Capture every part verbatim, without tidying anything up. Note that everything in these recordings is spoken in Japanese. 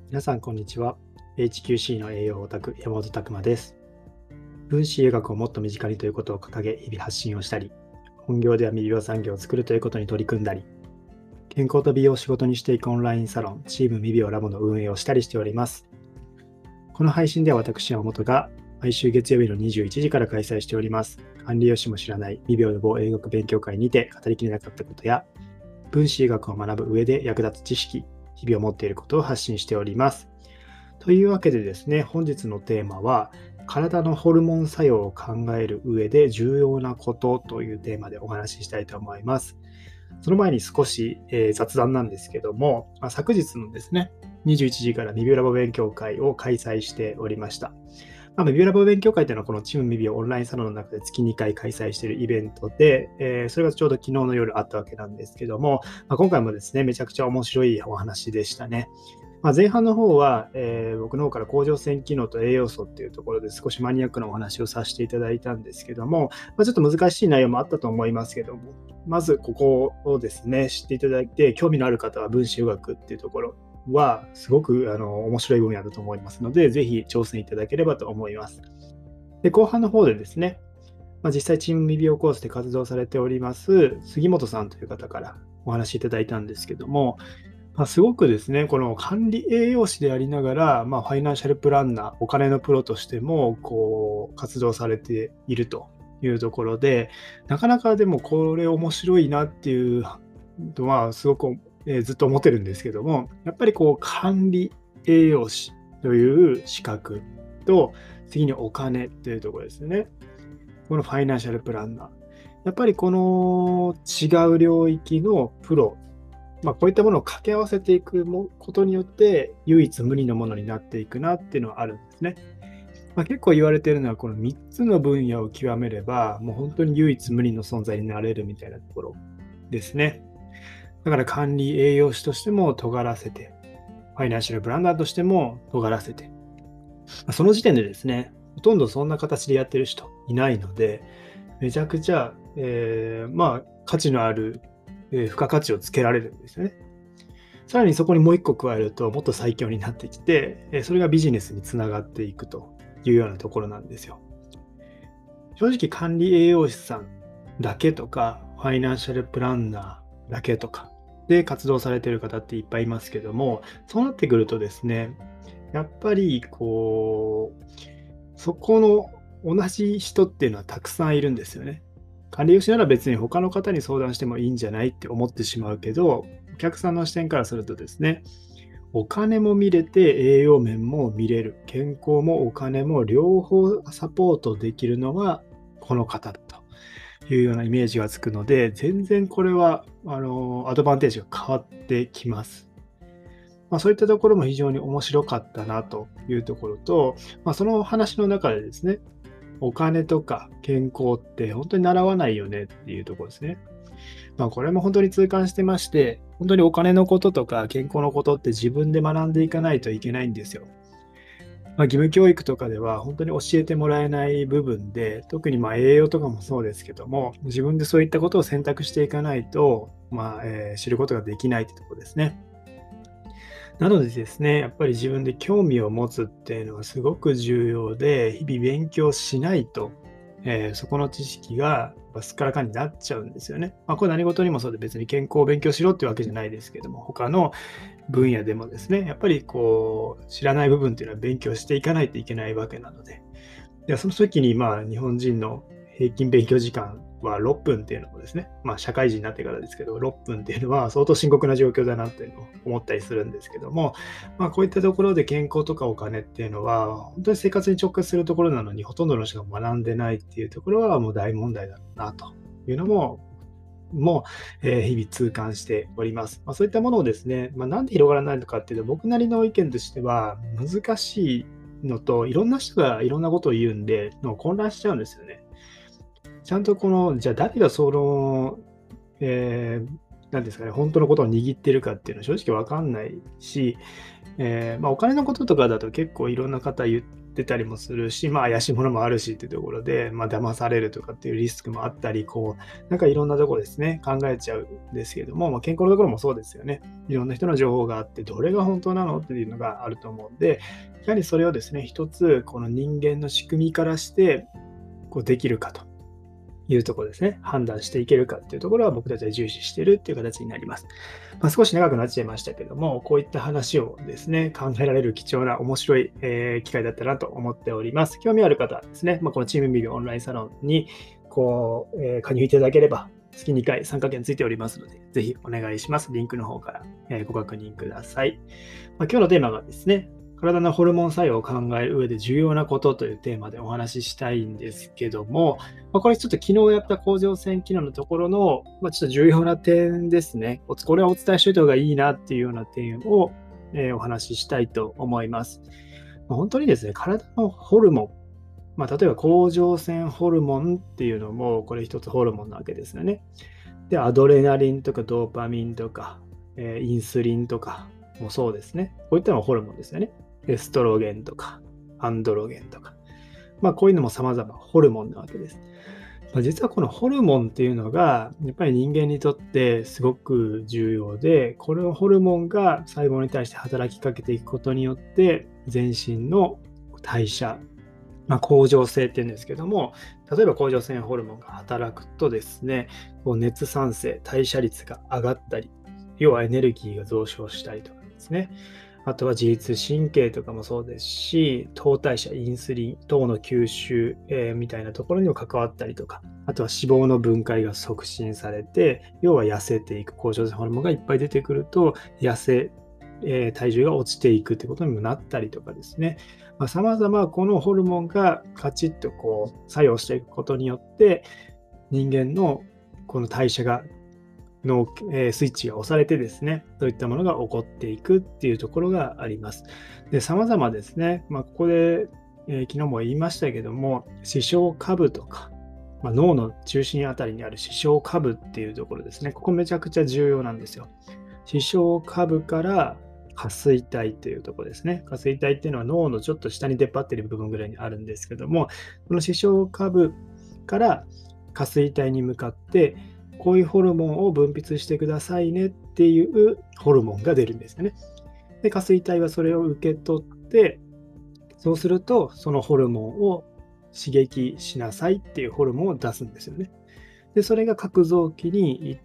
皆さん、こんにちは。エイチキューシー の栄養オタク、山本拓馬です。分子医学をもっと身近にということを掲げ、日々発信をしたり、本業では未病産業を作るということに取り組んだり、健康と美容を仕事にしていくオンラインサロン、チーム未病ラボの運営をしたりしております。この配信では私、山本が毎週月曜日のにじゅういちじから開催しております。管理栄養士も知らない未病予防英学勉強会にて語りきれなかったことや、分子医学を学ぶ上で役立つ知識、日々を持っていることを発信しております。というわけでですね、本日のテーマは、体のホルモン作用を考える上で重要なことというテーマでお話ししたいと思います。その前に少し、えー雑談なんですけども、まあ、昨日のですね、にじゅういちじから未病ラボ勉強会を開催しておりました。まあ、未病ラボ勉強会というのはこのチーム未病オンラインサロンの中で月にかい開催しているイベントで、えーそれがちょうど昨日の夜あったわけなんですけども、まあ、今回もですね、めちゃくちゃ面白いお話でしたね。まあ、前半の方は、えー僕の方から甲状腺機能と栄養素っていうところで少しマニアックなお話をさせていただいたんですけども、まあ、ちょっと難しい内容もあったと思いますけども、まずここをですね、知っていただいて、興味のある方は分子医学っていうところは、すごくあの面白い分野だと思いますので、ぜひ挑戦いただければと思います。で、後半の方でですね、まあ、実際チーム未病コースで活動されております、杉本さんという方からお話しいただいたんですけども、まあ、すごくですね、この管理栄養士でありながら、まあ、ファイナンシャルプランナー、お金のプロとしても、こう、活動されているというところで、なかなかでもこれ面白いなっていうのは、すごく、えーずっと思ってるんですけども、やっぱりこう、管理栄養士という資格と、次にお金っていうところですね。このファイナンシャルプランナー。やっぱりこの違う領域のプロ、まあ、こういったものを掛け合わせていくもことによって、唯一無二のものになっていくなっていうのはあるんですね。まあ、結構言われているのは、このみっつの分野を極めれば、もう本当に唯一無二の存在になれるみたいなところですね。だから管理栄養士としても尖らせて、ファイナンシャルプランナーとしても尖らせて、まあその時点でですね、ほとんどそんな形でやってる人いないので、めちゃくちゃ、えーまあ、価値のある、えー付加価値をつけられるんですよね。さらにそこにもう一個加えると、もっと最強になってきて、えそれがビジネスにつながっていくというようなところなんですよ。正直管理栄養士さんだけとか、ファイナンシャルプランナーだけとかで活動されている方っていっぱいいますけども、そうなってくるとですね、やっぱりこう、そこの同じ人っていうのはたくさんいるんですよね。管理栄養士なら別に他の方に相談してもいいんじゃないって思ってしまうけど、お客さんの視点からするとですね、お金も見れて栄養面も見れる、健康もお金も両方サポートできるのがこの方だというようなイメージがつくので、全然これはあのアドバンテージが変わってきます。まあ、そういったところも非常に面白かったなというところと、まあ、その話の中でですね、お金とか健康って本当に習わないよねっていうところですね。まあ、これも本当に痛感してまして、本当にお金のこととか健康のことって自分で学んでいかないといけないんですよ。まあ、義務教育とかでは本当に教えてもらえない部分で、特にまあ栄養とかもそうですけども、自分でそういったことを選択していかないと、まあえー知ることができないというところですね。なのでですね、やっぱり自分で興味を持つっていうのはすごく重要で、日々勉強しないと、えーそこの知識がやっぱすっからかんになっちゃうんですよね。まあ、これ何事にもそうで別に健康を勉強しろっていうわけじゃないですけども、他の分野でもですね、やっぱりこう、知らない部分っていうのは勉強していかないといけないわけなので、でその時にまあ日本人の平均勉強時間はろっぷんっていうのもですね、まあ社会人になってからですけど、ろっぷんっていうのは相当深刻な状況だなっていうのを思ったりするんですけども、まあこういったところで健康とかお金っていうのは、本当に生活に直結するところなのに、ほとんどの人が学んでないっていうところはもう大問題だろうなというのも、もう、えー日々痛感しております。まあ、そういったものをですね、まあ、なんで広がらないのかっていうと、僕なりの意見としては、難しいのと、いろんな人がいろんなことを言うんで、もう混乱しちゃうんですよね。ちゃんとこの、じゃあ誰がその、えーなんですかね、本当のことを握ってるかっていうのは正直わかんないし、えーまあ、お金のこととかだと結構いろんな方言っってたりもするし、まあ、怪しいものもあるしっていうところで、まあ、騙されるとかっていうリスクもあったり、こう、なんかいろんなところですね、考えちゃうんですけれども、まあ、健康のところもそうですよね。いろんな人の情報があって、どれが本当なのっていうのがあると思うんで、やはりそれをですね、一つ、この人間の仕組みからして、こうできるかというところですね。判断していけるかっていうところは僕たちは重視しているっていう形になります。まあ、少し長くなっちゃいましたけども、こういった話をですね、考えられる貴重な面白い、えー機会だったなと思っております。興味ある方はですね、まあ、このチームビルオンラインサロンにこう、えー加入いただければ、月にかい参加券ついておりますので、ぜひお願いします。リンクの方から、えーご確認ください。まあ、今日のテーマがですね、体のホルモン作用を考える上で重要なことというテーマでお話ししたいんですけども、まあ、これちょっと昨日やった甲状腺機能のところの、まあ、ちょっと重要な点ですね。おこれはお伝えしておいた方がいいなっていうような点を、えーお話ししたいと思います。まあ、本当にですね、体のホルモン、まあ、例えば甲状腺ホルモンっていうのも、これ一つホルモンなわけですよね。で、アドレナリンとかドーパミンとか、えーインスリンとかもそうですね。こういったのはホルモンですよね。エストロゲンとか、アンドロゲンとか。まあ、こういうのも様々ホルモンなわけです。まあ、実はこのホルモンっていうのが、やっぱり人間にとってすごく重要で、このホルモンが細胞に対して働きかけていくことによって、全身の代謝、まあ、恒常性っていうんですけども、例えば甲状腺ホルモンが働くとですね、こう熱産生、代謝率が上がったり、要はエネルギーが増殖したりとかですね。あとは自律神経とかもそうですし、糖代謝、インスリン、糖の吸収、えーみたいなところにも関わったりとか、あとは脂肪の分解が促進されて、要は痩せていく甲状腺ホルモンがいっぱい出てくると、痩せ、えー体重が落ちていくってことにもなったりとかですね。まあ、様々このホルモンがカチッとこう作用していくことによって、人間のこの代謝がの、えースイッチが押されてですね、そういったものが起こっていくっていうところがあります。で、様々ですね、まあ、ここで、えー昨日も言いましたけども、視床下部とか、まあ、脳の中心あたりにある視床下部っていうところですね、ここめちゃくちゃ重要なんですよ。視床下部から下垂体というところですね。下垂体っていうのは脳のちょっと下に出っ張っている部分ぐらいにあるんですけども、この視床下部から下垂体に向かって、こういうホルモンを分泌してくださいねっていうホルモンが出るんですよね。で、下垂体はそれを受け取って、そうすると、そのホルモンを刺激しなさいっていうホルモンを出すんですよね。で、それが各臓器に行って、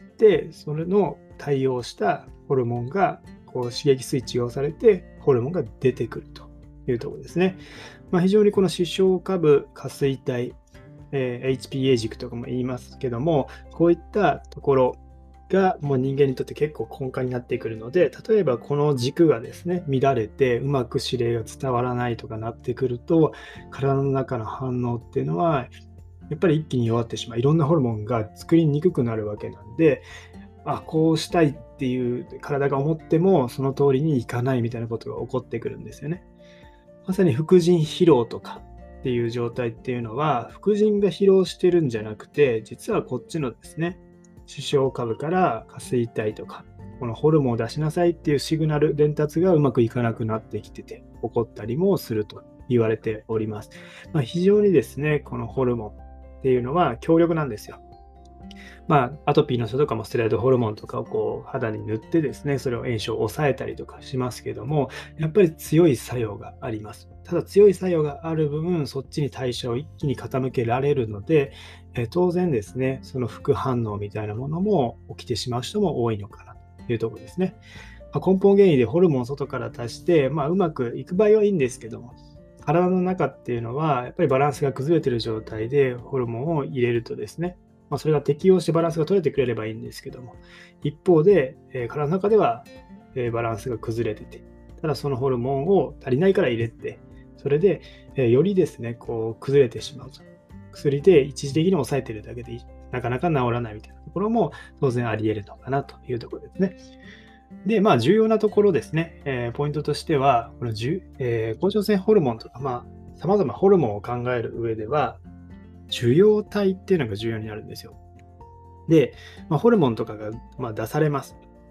それの対応したホルモンがこう刺激スイッチが押されて、ホルモンが出てくるというところですね。まあ、非常にこの視床下部下垂体、えー エイチピーエー 軸とかも言いますけども、こういったところがもう人間にとって結構根幹になってくるので、例えばこの軸がですね、乱れてうまく指令が伝わらないとかなってくると、体の中の反応っていうのは、やっぱり一気に弱ってしまう。いろんなホルモンが作りにくくなるわけなんで、あ、こうしたいっていう体が思っても、その通りにいかないみたいなことが起こってくるんですよね。まさに副腎疲労とかっていう状態っていうのは、副腎が疲労してるんじゃなくて、実はこっちのですね、視床下部から下垂体とか、このホルモンを出しなさいっていうシグナル伝達がうまくいかなくなってきてて、起こったりもすると言われております。まあ、非常にですね、このホルモンっていうのは強力なんですよ。まあ、アトピーの人とかもステロイドホルモンとかをこう肌に塗ってですね、それを炎症を抑えたりとかしますけども、やっぱり強い作用があります。ただ強い作用がある分、そっちに代謝を一気に傾けられるので、えー当然ですね、その副反応みたいなものも起きてしまう人も多いのかなというところですね。まあ、根本原因でホルモンを外から足して、まあ、うまくいく場合はいいんですけども、体の中っていうのは、やっぱりバランスが崩れている状態でホルモンを入れるとですね、まあ、それが適応してバランスが取れてくれればいいんですけども、一方で、えー体の中では、えーバランスが崩れてて、ただそのホルモンを足りないから入れて、それで、えーよりですね、こう崩れてしまうと。薬で一時的に抑えているだけでなかなか治らないみたいなところも当然あり得るのかなというところですね。で、まあ重要なところですね、えーポイントとしては、このじゅ、えー甲状腺ホルモンとか、まあ、様々ホルモンを考える上では、受容体っていうのが重要になるんですよ。で、まあ、ホルモンとかが、まあ、出されます。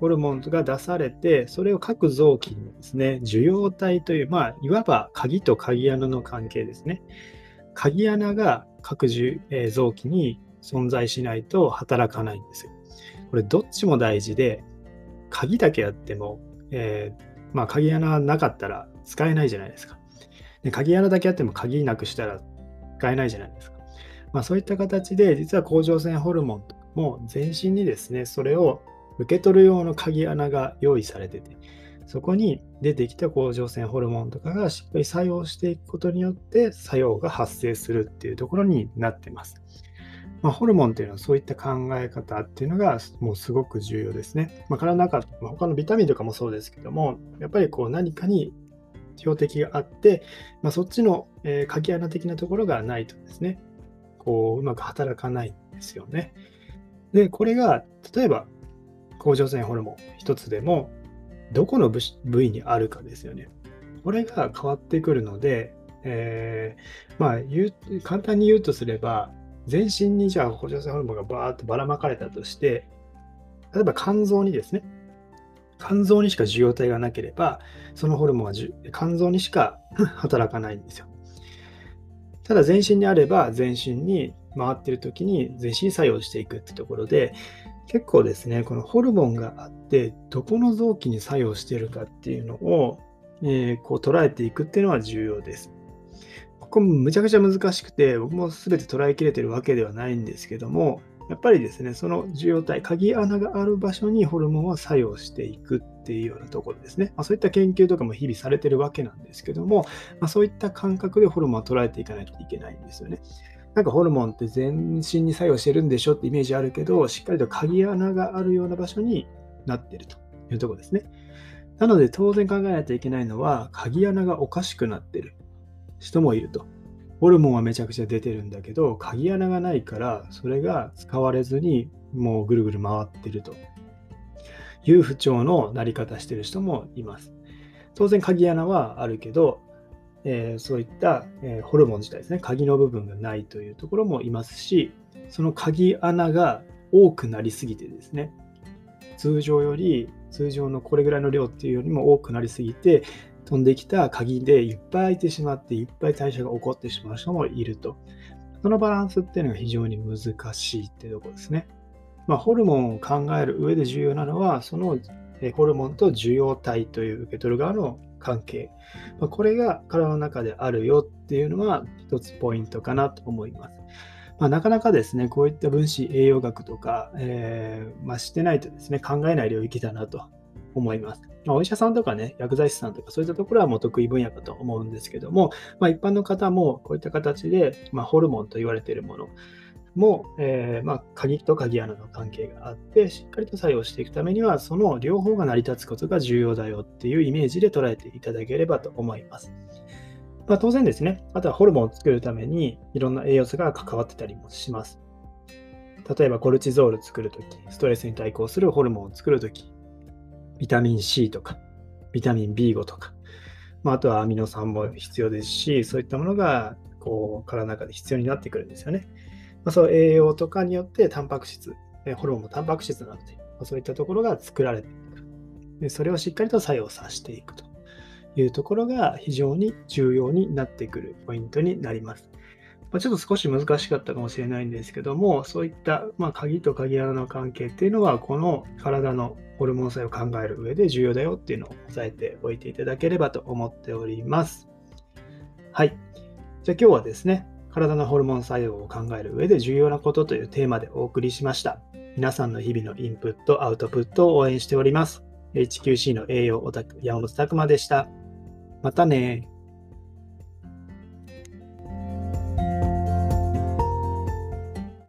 ホルモンが出されて、それを各臓器にですね、受容体という、まあ、いわば鍵と鍵穴の関係ですね。鍵穴が各受えー臓器に存在しないと働かないんですよ。これどっちも大事で、鍵だけあっても、えーまあ、鍵穴なかったら使えないじゃないですか。で、鍵穴だけあっても鍵なくしたら使えないじゃないですか。まあ、そういった形で、実は甲状腺ホルモンとかも全身にですね、それを受け取る用の鍵穴が用意されてて、そこに出てきた甲状腺ホルモンとかがしっかり作用していくことによって作用が発生するっていうところになってます。まあ、ホルモンっていうのはそういった考え方っていうのがもうすごく重要ですね。まあ、体の中、まあ、他のビタミンとかもそうですけども、やっぱりこう何かに標的があって、まあ、そっちの、えー鍵穴的なところがないとですね、こううまく働かないんですよね。で、これが例えば甲状腺ホルモン一つでもどこの部部位にあるかですよね。これが変わってくるので、えーまあ言う、簡単に言うとすれば、全身にじゃあ甲状腺ホルモンがバーッとばらまかれたとして、例えば肝臓にですね、肝臓にしか受容体がなければ、そのホルモンはじゅ肝臓にしか働かないんですよ。ただ全身にあれば、全身に回っている時に全身に作用していくってところで、結構ですね、このホルモンがあって、どこの臓器に作用しているかっていうのを、えーこう捉えていくっていうのは重要です。ここもむちゃくちゃ難しくて、僕も全て捉えきれてるわけではないんですけども、やっぱりですね、その受容体、鍵穴がある場所にホルモンは作用していくっていうようなところですね。まあ、そういった研究とかも日々されてるわけなんですけども、まあ、そういった感覚でホルモンを捉えていかないといけないんですよね。なんかホルモンって全身に作用してるんでしょってイメージあるけど、しっかりと鍵穴があるような場所になっているというところですね。なので当然考えないといけないのは、鍵穴がおかしくなっている人もいると。ホルモンはめちゃくちゃ出てるんだけど、鍵穴がないから、それが使われずに、もうぐるぐる回ってるという不調のなり方してる人もいます。当然鍵穴はあるけど、えーそういった、えーホルモン自体ですね、鍵の部分がないというところもいますし、その鍵穴が多くなりすぎてですね、通常より、通常のこれぐらいの量っていうよりも多くなりすぎて、飛んできた鍵でいっぱい開いてしまって、いっぱい代謝が起こってしまう人もいると。そのバランスっていうのが非常に難しいっていうところですね。まあ、ホルモンを考える上で重要なのは、そのえホルモンと受容体という受け取る側の関係。まあ、これが体の中であるよっていうのは一つポイントかなと思います。まあ、なかなかですね、こういった分子栄養学とか、えーまあ、してないとですね、考えない領域だなと思います。まあ、お医者さんとかね、薬剤師さんとかそういったところはもう得意分野かと思うんですけども、まあ、一般の方もこういった形で、まあ、ホルモンと言われているものも、えーまあ、鍵と鍵穴の関係があって、しっかりと作用していくためには、その両方が成り立つことが重要だよっていうイメージで捉えていただければと思います。まあ、当然ですね、あとはホルモンを作るためにいろんな栄養素が関わってたりもします。例えばコルチゾール作るとき、ストレスに対抗するホルモンを作るとき、ビタミン C とか、ビタミン ビーファイブ とか、まあ、あとはアミノ酸も必要ですし、そういったものがこう体の中で必要になってくるんですよね。まあ、そう栄養とかによってタンパク質、えホルモンもタンパク質なので、まあ、そういったところが作られていく。でそれをしっかりと作用させていくというところが非常に重要になってくるポイントになります。まあ、ちょっと少し難しかったかもしれないんですけども、そういった、まあ、鍵と鍵穴の関係っていうのは、この体のホルモン作用を考える上で重要だよっていうのを押さえておいていただければと思っております。はい。じゃあ今日はですね、体のホルモン作用を考える上で重要なことというテーマでお送りしました。皆さんの日々のインプット、アウトプットを応援しております。エイチキューシー の栄養オタク、山本拓馬でした。またね。